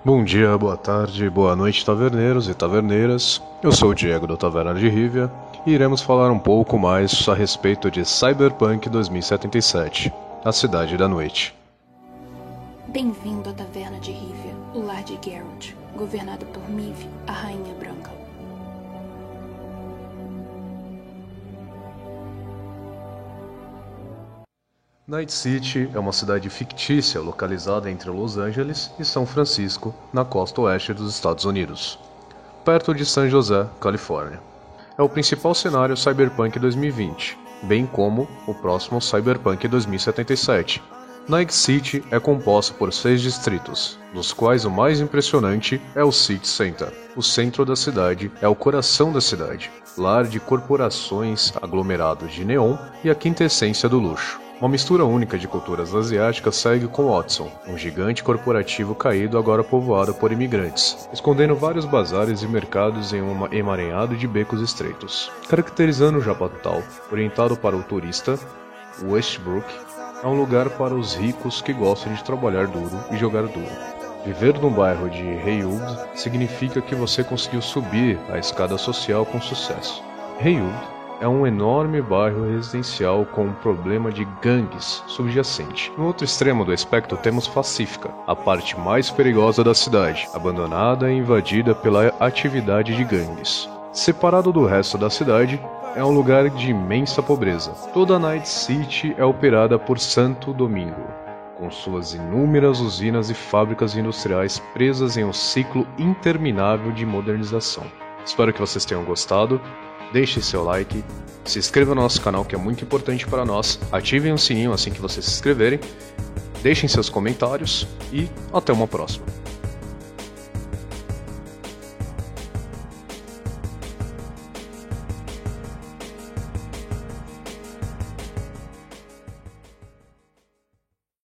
Bom dia, boa tarde, boa noite, taverneiros e taverneiras. Eu sou o Diego do Taverna de Rivia e iremos falar um pouco mais a respeito de Cyberpunk 2077, a Cidade da Noite. Bem-vindo à Taverna de Rivia, o lar de Geralt, governado por Mívia, a Rainha Branca. Night City é uma cidade fictícia localizada entre Los Angeles e São Francisco, na costa oeste dos Estados Unidos, perto de San José, Califórnia. É o principal cenário Cyberpunk 2020, bem como o próximo Cyberpunk 2077. Night City é composta por 6 distritos, dos quais o mais impressionante é o City Center. O centro da cidade é o coração da cidade, lar de corporações, aglomerados de neon e a quintessência do luxo. Uma mistura única de culturas asiáticas segue com Watson, um gigante corporativo caído agora povoado por imigrantes, escondendo vários bazares e mercados em um emaranhado de becos estreitos. Caracterizando o Japantal, orientado para o turista, Westbrook é um lugar para os ricos que gostam de trabalhar duro e jogar duro. Viver no bairro de Haywood significa que você conseguiu subir a escada social com sucesso. Haywood é um enorme bairro residencial com um problema de gangues subjacente. No outro extremo do espectro temos Pacífica, a parte mais perigosa da cidade, abandonada e invadida pela atividade de gangues. Separado do resto da cidade, é um lugar de imensa pobreza. Toda Night City é operada por Santo Domingo, com suas inúmeras usinas e fábricas industriais presas em um ciclo interminável de modernização. Espero que vocês tenham gostado. Deixe seu like, se inscreva no nosso canal que é muito importante para nós, ativem o sininho assim que vocês se inscreverem, deixem seus comentários e até uma próxima.